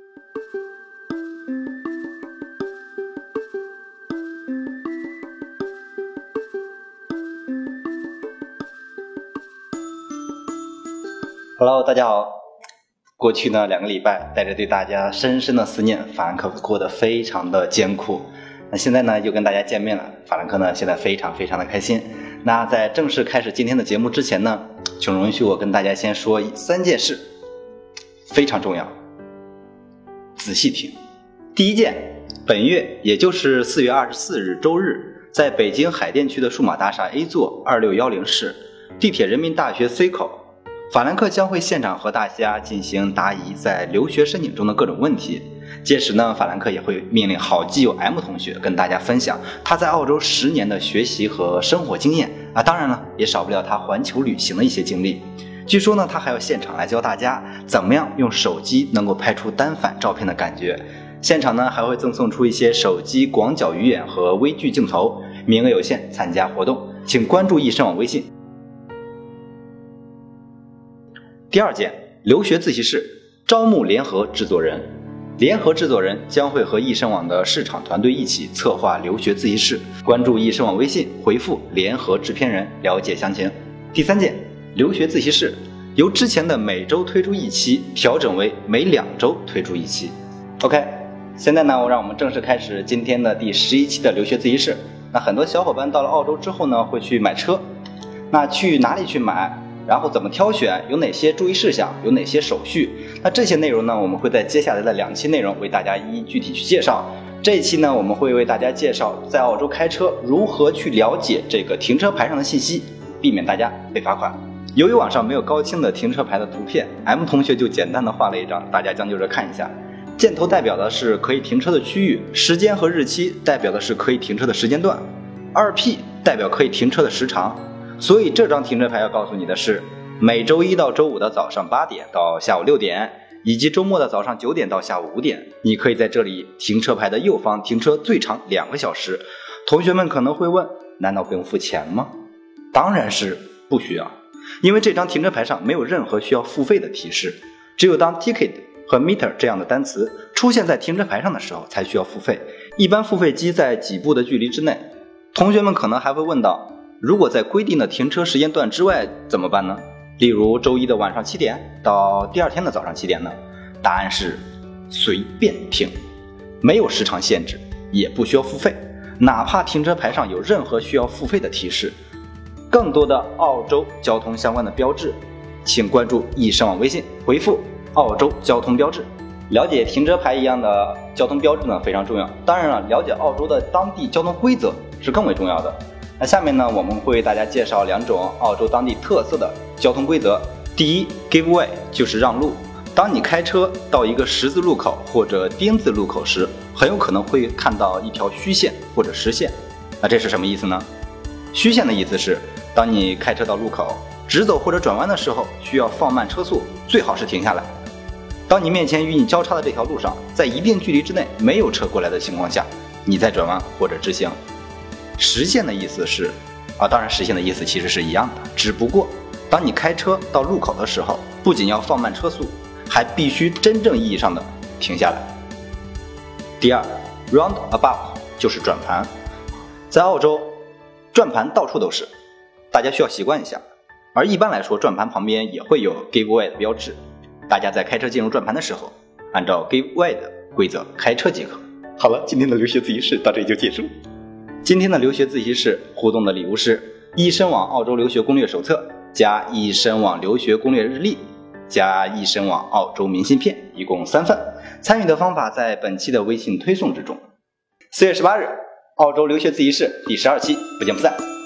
Hello， 大家好。过去呢2个礼拜，带着对大家深深的思念，法兰克过得非常的艰苦。那现在呢又跟大家见面了，法兰克呢现在非常的开心。那在正式开始今天的节目之前呢，请容许我跟大家先说3件事，非常重要，仔细听。第一件，本月也就是4月24日周日，在北京海淀区的数码大厦 A 座2610室，地铁人民大学 C 口，法兰克将会现场和大家进行答疑在留学申请中的各种问题。届时呢，法兰克也会命令好基友 M 同学跟大家分享他在澳洲10年的学习和生活经验啊，当然了，也少不了他环球旅行的一些经历。据说呢，他还要现场来教大家怎么样用手机能够拍出单反照片的感觉。现场呢还会赠送出一些手机广角鱼眼和微距镜头，名额有限，参加活动请关注易申网微信。第二件，留学自习室招募联合制作人。联合制作人将会和易申网的市场团队一起策划留学自习室，关注易申网微信回复联合制片人了解详情。第三件，留学自习室由之前的每周推出1期调整为每2周推出1期。 OK， 现在呢让我们正式开始今天的第11期的留学自习室。那很多小伙伴到了澳洲之后呢会去买车，那去哪里去买，然后怎么挑选，有哪些注意事项，有哪些手续，那这些内容呢我们会在接下来的2期内容为大家一一具体去介绍。这一期呢我们会为大家介绍在澳洲开车如何去了解这个停车牌上的信息，避免大家被罚款。由于网上没有高清的停车牌的图片， M 同学就简单的画了一张，大家将就着看一下。箭头代表的是可以停车的区域，时间和日期代表的是可以停车的时间段， 2P 代表可以停车的时长。所以这张停车牌要告诉你的是，每周1到周5的早上8点到下午6点，以及周末的早上9点到下午5点，你可以在这里停车牌的右方停车最长2个小时。同学们可能会问，难道不用付钱吗？当然是不需要，因为这张停车牌上没有任何需要付费的提示，只有当 ticket 和 meter 这样的单词出现在停车牌上的时候才需要付费，一般付费机在几步的距离之内。同学们可能还会问到，如果在规定的停车时间段之外怎么办呢？例如周一的晚上7点到第2天的早上7点呢？答案是随便停，没有时长限制，也不需要付费，哪怕停车牌上有任何需要付费的提示。更多的澳洲交通相关的标志，请关注易申网微信回复澳洲交通标志。了解停车牌一样的交通标志呢非常重要，当然了，了解澳洲的当地交通规则是更为重要的。那下面呢我们会为大家介绍2种澳洲当地特色的交通规则。第一， give way 就是让路。当你开车到一个十字路口或者丁字路口时，很有可能会看到一条虚线或者实线。那这是什么意思呢？虚线的意思是，当你开车到路口直走或者转弯的时候，需要放慢车速，最好是停下来。当你面前与你交叉的这条路上，在一定距离之内没有车过来的情况下，你再转弯或者直行。实线的意思是当然实线的意思其实是一样的，只不过当你开车到路口的时候，不仅要放慢车速，还必须真正意义上的停下来。第二， roundabout 就是转盘。在澳洲，转盘到处都是，大家需要习惯一下。而一般来说，转盘旁边也会有 give way 的标志，大家在开车进入转盘的时候，按照 give way 的规则开车即可。好了，今天的留学自习室到这里就结束。今天的留学自习室互动的礼物是易申网澳洲留学攻略手册加易申网留学攻略日历加易申网澳洲明信片，一共3份。参与的方法在本期的微信推送之中。4月18日，澳洲留学自习室第12期，不见不散。